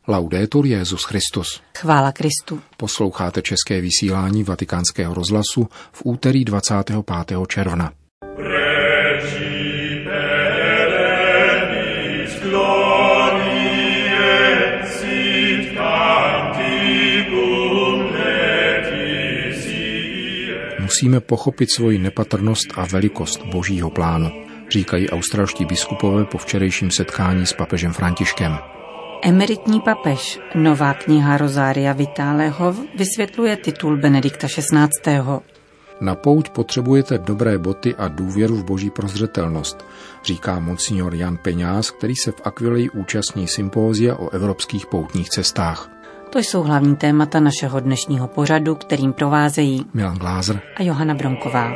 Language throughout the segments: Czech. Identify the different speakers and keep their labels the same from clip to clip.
Speaker 1: Laudetur Jesus Christus.
Speaker 2: Chvála Kristu.
Speaker 1: Posloucháte české vysílání Vatikánského rozhlasu v úterý 25. června. Musíme pochopit svoji nepatrnost a velikost Božího plánu, říkají australští biskupové po včerejším setkání s papežem Františkem.
Speaker 2: Emeritní papež, nová kniha Rosalia Vitáleho, vysvětluje titul Benedikta XVI.
Speaker 1: Na pouť potřebujete dobré boty a důvěru v Boží prozřetelnost, říká monsignor Jan Peňáz, který se v Aquileji účastní sympózia o evropských poutních cestách.
Speaker 2: To jsou hlavní témata našeho dnešního pořadu, kterým provázejí
Speaker 1: Milan Glázer
Speaker 2: a Johana Bronková.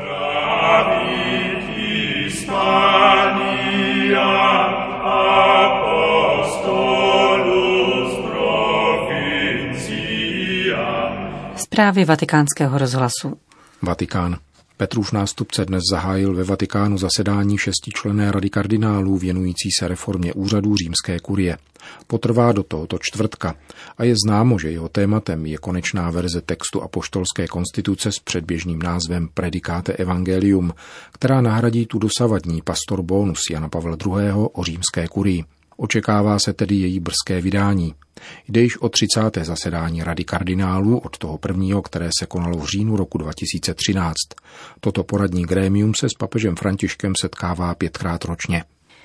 Speaker 2: Zprávy Vatikánského rozhlasu.
Speaker 1: Vatikán. Petrův nástupce dnes zahájil ve Vatikánu zasedání 6členné rady kardinálů věnující se reformě úřadů římské kurie. Potrvá do tohoto čtvrtka a je známo, že jeho tématem je konečná verze textu apoštolské konstituce s předběžným názvem Predicate Evangelium, která nahradí tu dosavadní Pastor Bonus Jana Pavla II. O římské kurii. Očekává se tedy její brzké vydání. Jde již o 30. zasedání Rady kardinálů od toho prvního, které se konalo v říjnu roku 2013. Toto poradní grémium se s papežem Františkem setkává 5krát ročně.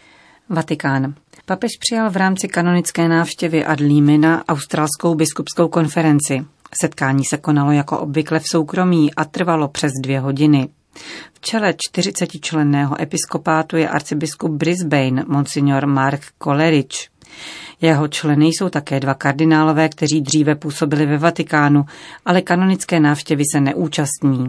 Speaker 2: Vatikán. Papež přijal v rámci kanonické návštěvy ad limina australskou biskupskou konferenci. Setkání se konalo jako obvykle v soukromí a trvalo přes 2 hodiny. V čele 40členného episkopátu je arcibiskup Brisbane, monsignor Mark Coleridge. Jeho členy jsou také 2 kardinálové, kteří dříve působili ve Vatikánu, ale kanonické návštěvy se neúčastní.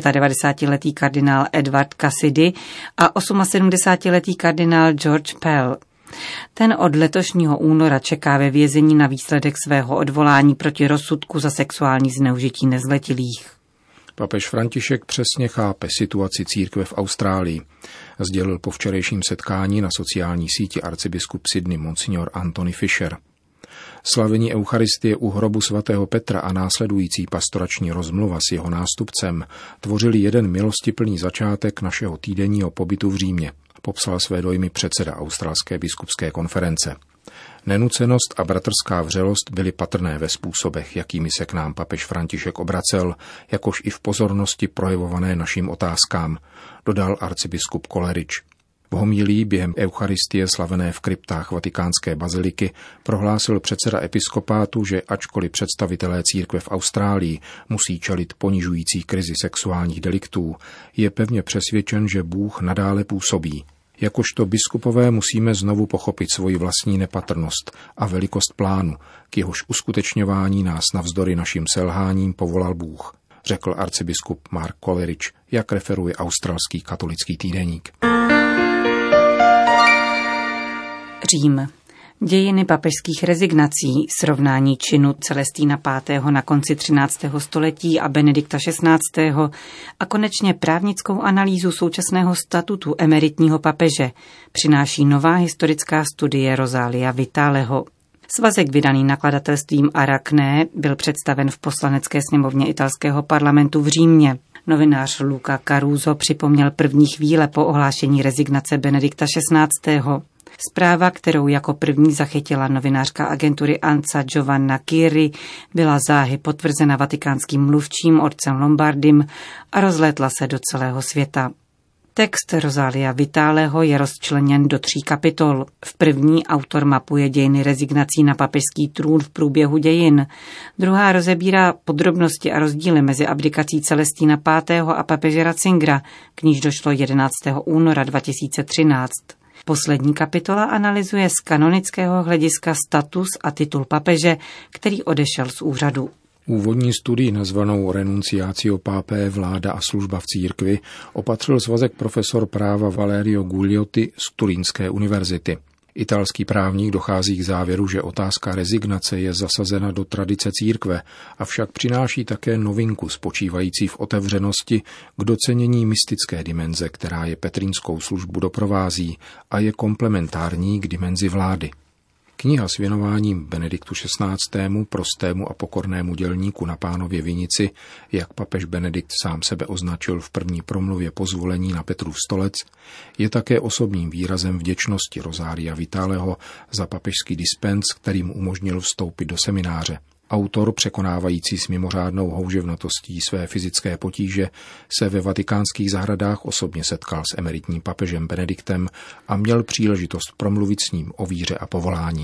Speaker 2: 95letý kardinál Edward Cassidy a 78letý kardinál George Pell. Ten od letošního února čeká ve vězení na výsledek svého odvolání proti rozsudku za sexuální zneužití nezletilých.
Speaker 1: Papež František přesně chápe situaci církve v Austrálii, sdělil po včerejším setkání na sociální síti arcibiskup Sydney monsignor Anthony Fisher. Slavení Eucharistie u hrobu svatého Petra a následující pastorační rozmluva s jeho nástupcem tvořili jeden milostiplný začátek našeho týdenního pobytu v Římě, popsal své dojmy předseda Australské biskupské konference. Nenucenost a bratrská vřelost byly patrné ve způsobech, jakými se k nám papež František obracel, jakož i v pozornosti projevované našim otázkám, dodal arcibiskup Coleridge. V homilii během Eucharistie slavené v kryptách vatikánské baziliky prohlásil předseda episkopátu, že ačkoliv představitelé církve v Austrálii musí čelit ponižující krizi sexuálních deliktů, je pevně přesvědčen, že Bůh nadále působí. Jakožto biskupové musíme znovu pochopit svoji vlastní nepatrnost a velikost plánu, k jehož uskutečňování nás navzdory našim selháním povolal Bůh, řekl arcibiskup Mark Coleridge, jak referuje australský katolický týdeník.
Speaker 2: Řím. Dějiny papežských rezignací, srovnání činu Celestína V. na konci 13. století a Benedikta XVI. A konečně právnickou analýzu současného statutu emeritního papeže přináší nová historická studie Rosalia Vitáleho. Svazek vydaný nakladatelstvím Arachné byl představen v poslanecké sněmovně italského parlamentu v Římě. Novinář Luca Caruso připomněl první chvíle po ohlášení rezignace Benedikta XVI. Zpráva, kterou jako první zachytila novinářka agentury ANSA Giovanna Chiri, byla záhy potvrzena vatikánským mluvčím otcem Lombardim a rozlétla se do celého světa. Text Rosalia Vitáleho je rozčleněn do 3 kapitol. V první autor mapuje dějiny rezignací na papežský trůn v průběhu dějin. Druhá rozebírá podrobnosti a rozdíly mezi abdikací Celestína V. a papeže Ratzingera, k níž došlo 11. února 2013. Poslední kapitola analyzuje z kanonického hlediska status a titul papeže, který odešel z úřadu.
Speaker 1: Úvodní studii nazvanou Renunciatio Papae, vláda a služba v církvi opatřil svazek profesor práva Valerio Gugliotti z Turínské univerzity. Italský právník dochází k závěru, že otázka rezignace je zasazena do tradice církve, avšak přináší také novinku spočívající v otevřenosti k docenění mystické dimenze, která je petrínskou službu doprovází a je komplementární k dimenzi vlády. Kniha s věnováním Benediktu XVI., prostému a pokornému dělníku na Pánově vinici, jak papež Benedikt sám sebe označil v první promluvě po zvolení na Petrův stolec, je také osobním výrazem vděčnosti Rosaria Vitaleho za papežský dispens, který mu umožnil vstoupit do semináře. Autor, překonávající s mimořádnou houževnatostí své fyzické potíže, se ve vatikánských zahradách osobně setkal s emeritním papežem Benediktem a měl příležitost promluvit s ním o víře a povolání.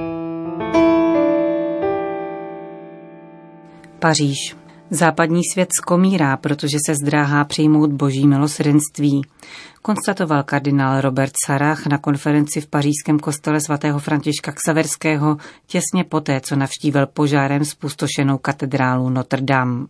Speaker 2: Paříž. Západní svět skomírá, protože se zdráhá přijmout boží milosrdenství, konstatoval kardinál Robert Sarach na konferenci v pařížském kostele svatého Františka Xaverského těsně poté, co navštívil požárem zpustošenou katedrálu Notre Dame.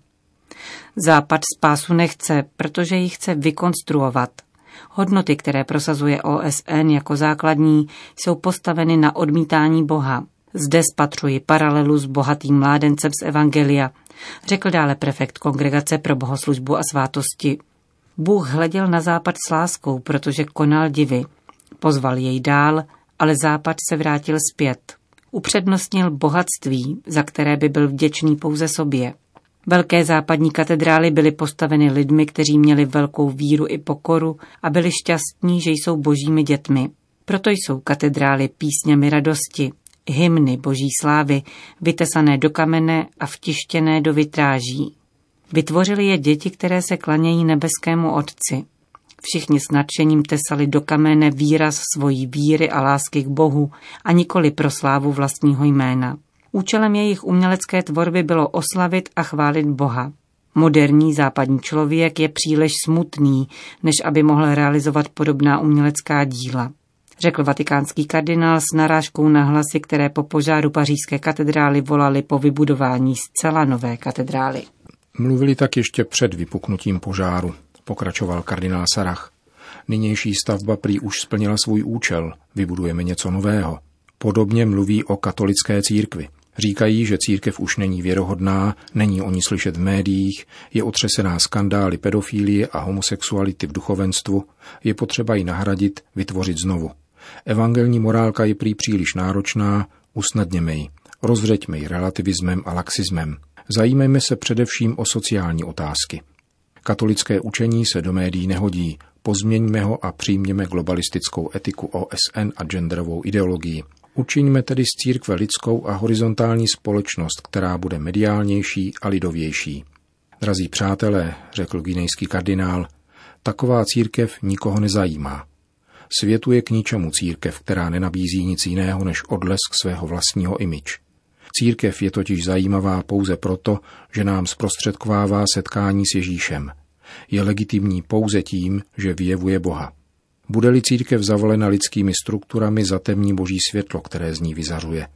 Speaker 2: Západ spásu nechce, protože ji chce vykonstruovat. Hodnoty, které prosazuje OSN jako základní, jsou postaveny na odmítání Boha. Zde spatřuji paralelu s bohatým mládencem z Evangelia, řekl dále prefekt Kongregace pro bohoslužbu a svátosti. Bůh hleděl na západ s láskou, protože konal divy. Pozval jej dál, ale západ se vrátil zpět. Upřednostnil bohatství, za které by byl vděčný pouze sobě. Velké západní katedrály byly postaveny lidmi, kteří měli velkou víru i pokoru a byli šťastní, že jsou božími dětmi. Proto jsou katedrály písněmi radosti, hymny boží slávy, vytesané do kamene a vtištěné do vitráží. Vytvořili je děti, které se klanějí nebeskému Otci. Všichni s nadšením tesali do kamene výraz svojí víry a lásky k Bohu a nikoli pro slávu vlastního jména. Účelem jejich umělecké tvorby bylo oslavit a chválit Boha. Moderní západní člověk je příliš smutný, než aby mohl realizovat podobná umělecká díla, řekl vatikánský kardinál s narážkou na hlasy, které po požáru pařížské katedrály volaly po vybudování zcela nové katedrály.
Speaker 1: Mluvili tak ještě před vypuknutím požáru, pokračoval kardinál Sarach. Nynější stavba prý už splnila svůj účel, vybudujeme něco nového. Podobně mluví o katolické církvi. Říkají, že církev už není věrohodná, není o ní slyšet v médiích, je otřesená skandály pedofilie a homosexuality v duchovenstvu, je potřeba ji nahradit, vytvořit znovu. Evangelní morálka je prý příliš náročná, usnadněme ji, rozřeďme ji relativismem a laxismem. Zajímejme se především o sociální otázky. Katolické učení se do médií nehodí, pozměňme ho a přijměme globalistickou etiku OSN a genderovou ideologii. Učiňme tedy z církve lidskou a horizontální společnost, která bude mediálnější a lidovější. Drazí přátelé, řekl guinejský kardinál, taková církev nikoho nezajímá. Světu je k ničemu církev, která nenabízí nic jiného než odlesk svého vlastního image. Církev je totiž zajímavá pouze proto, že nám zprostředkovává setkání s Ježíšem. Je legitimní pouze tím, že vyjevuje Boha. Bude-li církev zavalena lidskými strukturami, zatemní boží světlo, které z ní vyzařuje.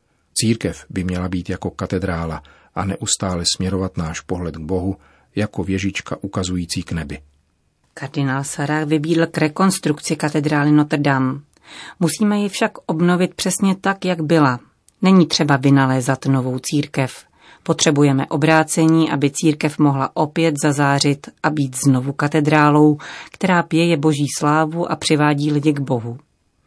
Speaker 1: Církev by měla být jako katedrála a neustále směrovat náš pohled k Bohu jako věžička ukazující k nebi.
Speaker 2: Kardinál Sarach vybídl k rekonstrukci katedrály Notre Dame. Musíme ji však obnovit přesně tak, jak byla. Není třeba vynalézat novou církev. Potřebujeme obrácení, aby církev mohla opět zazářit a být znovu katedrálou, která pěje boží slávu a přivádí lidi k Bohu.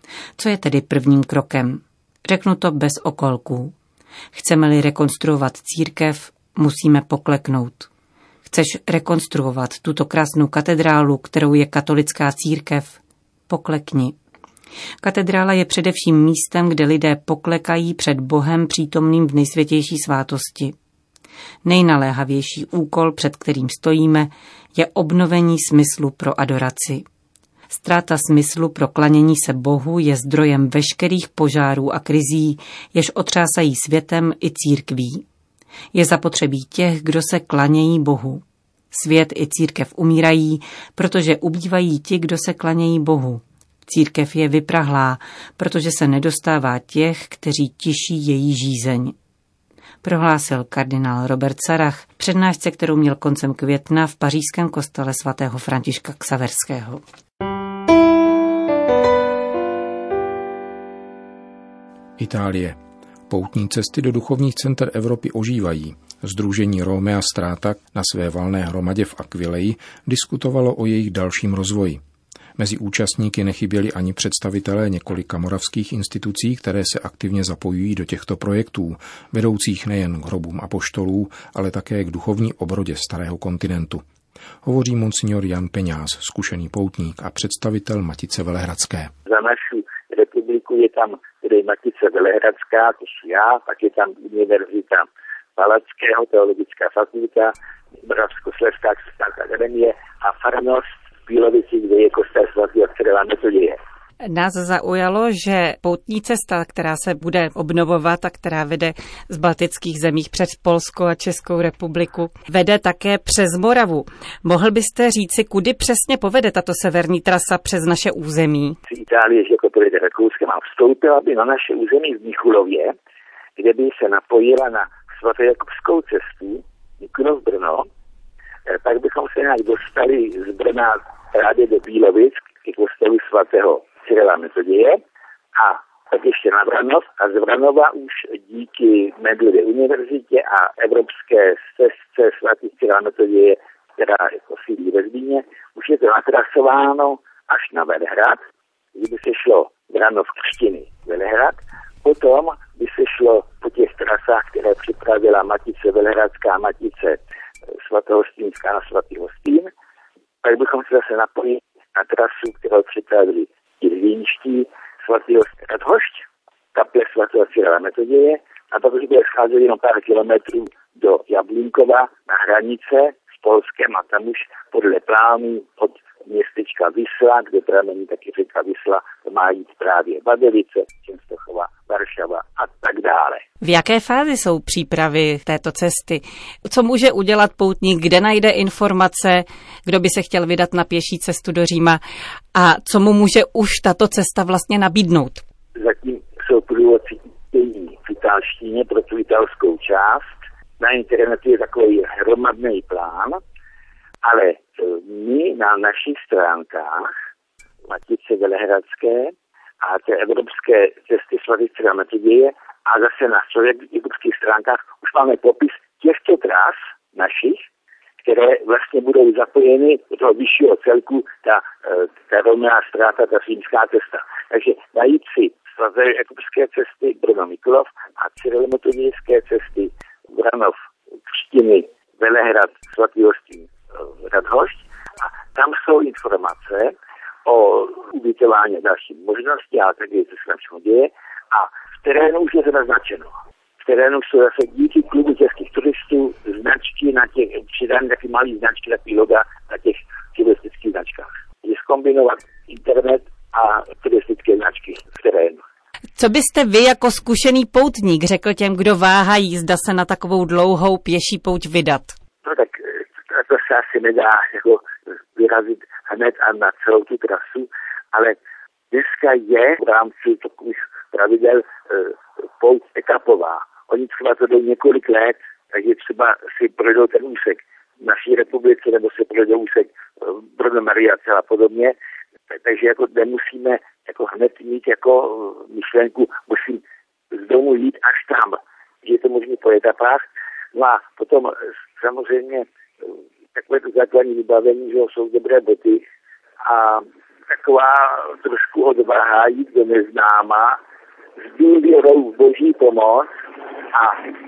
Speaker 2: Co je tedy prvním krokem? Řeknu to bez okolků. Chceme-li rekonstruovat církev, musíme pokleknout. Chceš rekonstruovat tuto krásnou katedrálu, kterou je katolická církev? Poklekni. Katedrála je především místem, kde lidé poklekají před Bohem přítomným v nejsvětější svátosti. Nejnaléhavější úkol, před kterým stojíme, je obnovení smyslu pro adoraci. Ztráta smyslu pro klanění se Bohu je zdrojem veškerých požárů a krizí, jež otřásají světem i církví. Je zapotřebí těch, kdo se klanějí Bohu. Svět i církev umírají, protože ubývají ti, kdo se klanějí Bohu. Církev je vyprahlá, protože se nedostává těch, kteří tiší její žízeň, prohlásil kardinál Robert Sarach v přednášce, kterou měl koncem května v pařížském kostele svatého Františka Xaverského.
Speaker 1: Itálie. Poutní cesty do duchovních center Evropy ožívají. Sdružení Romea Strata na své valné hromadě v Aquileji diskutovalo o jejich dalším rozvoji. Mezi účastníky nechyběli ani představitelé několika moravských institucí, které se aktivně zapojují do těchto projektů, vedoucích nejen k hrobům apoštolů, ale také k duchovní obrodě starého kontinentu. Hovoří monsignor Jan Peňáz, zkušený poutník a představitel Matice velehradské.
Speaker 3: Za naši republiku je tam tedy Matice velehradská, to jsem já, pak je tam Univerzita Palackého, teologická fakulta, Moravskoslezská křesťanská akademie a farnost v Bílovici, kde je kostel svatého Cyrila Metoděje.
Speaker 2: Nás zaujalo, že poutní cesta, která se bude obnovovat a která vede z baltických zemích přes Polsko a Českou republiku, vede také přes Moravu. Mohl byste říci, kudy přesně povede tato severní trasa přes naše území?
Speaker 3: Itálie, že jako projde Rakouskem a vstoupila by na naše území v Michulově, kde by se napojila na svatojakubskou cestu Mikulov-Brno, tak bychom se nějak dostali z Brna právě do Bílovic k kostelu svatého Cyrila Metoděje a tak ještě na Vranov a z Vranova už díky Medlivě univerzitě a evropské stezce svatých Cyrila Metoděje, která jako sídlí ve Zlíně, už je to natrasováno až na Velehrad, kdyby se šlo Vranov, Křtiny, Velehrad, potom by se šlo po těch trasách, které připravila Matice velehradská, Matice svatohostínská na Svatý Hostín, tak bychom se zase napojili na trasu, kterou připravili i zlínští svatého Radhošť, kaple svatého Cyrila Metoděje, a pak už bude scházet jenom pár kilometrů do Jablínkova na hranice s Polskem a tam už podle plánů od městečka Visla, kde pramení taky řeka Visla, to má jít právě Badevice, Čenstochova, Varšava a tak dále.
Speaker 2: V jaké fázi jsou přípravy této cesty? Co může udělat poutník, kde najde informace, kdo by se chtěl vydat na pěší cestu do Říma a co mu může už tato cesta vlastně nabídnout?
Speaker 3: Zatím jsou průvodci v italštině pro tu italskou část. Na internetu je takový hromadný plán, ale my na našich stránkách Matice velehradské a té evropské cesty svatých Cyrila Metoděje a zase na člověkých stránkách už máme popis těchto tras našich, které vlastně budou zapojeny do toho vyššího celku, ta rovná ztráta, ta římská cesta. Takže najít si svaté jakubské cesty Brno Mikulov a cyrilometodějské cesty Vranov, Křtiny, Velehrad, Svatý Hostín, Radhošť a tam jsou informace o ubytování další možnosti, ale taky co se tam děje a v terénu už je to naznačeno. V terénu jsou zase díky klubu českých turistů značky na těch, přidány taky malý značky, takový loga na těch turistických značkách. Je zkombinovat internet a turistické značky v terénu.
Speaker 2: Co byste vy jako zkušený poutník řekl těm, kdo váhají, zda se na takovou dlouhou pěší pouť vydat?
Speaker 3: No tak to se asi nedá jako vyrazit hned a na celou tu trasu, ale dneska je v rámci takových pravidel pouť etapová. Oni třeba to jdou několik let, takže třeba si projdou ten úsek v naší republice, nebo si projdou úsek Brno Mariace a podobně. Takže jako nemusíme jako hned mít jako myšlenku, musím z domu jít až tam, že je to možné po etapách. No a potom samozřejmě takové to základní vybavení, že jsou dobré boty a taková trošku odvaha jít do neznáma s důvěrou v boží pomoc a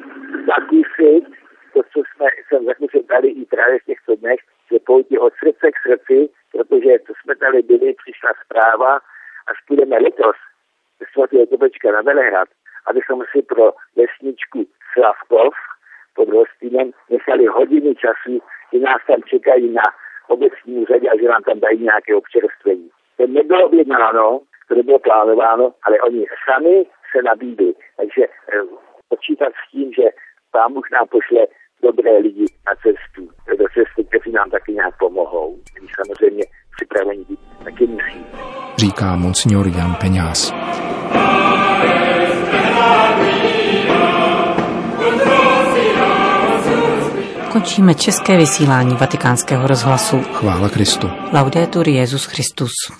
Speaker 3: zakusit to, co jsem zakusil tady i právě v těchto dnech, že pouti od srdce k srdci, protože to jsme tady byli, přišla zpráva, až půjdeme letos ze svatého Kopečka na Velehrad, abychom si pro vesničku Slavkov pod Hostínem nechali hodiny času, že nás tam čekají na obecní úřadě a že nám tam dají nějaké občerstvení. To nebylo objednáno, to nebylo plánováno, ale oni sami se nabídli. Takže počítat s tím, že Pán Bůh nám pošle dobré lidi na cestu, do cesty, kteří nám taky nějak pomohou. Oni samozřejmě připraveni být taky musí.
Speaker 1: Říká monsignor Jan Peňáz.
Speaker 2: Končíme české vysílání Vatikánského rozhlasu.
Speaker 1: Chvála Kristu.
Speaker 2: Laudetur Jesus Christus.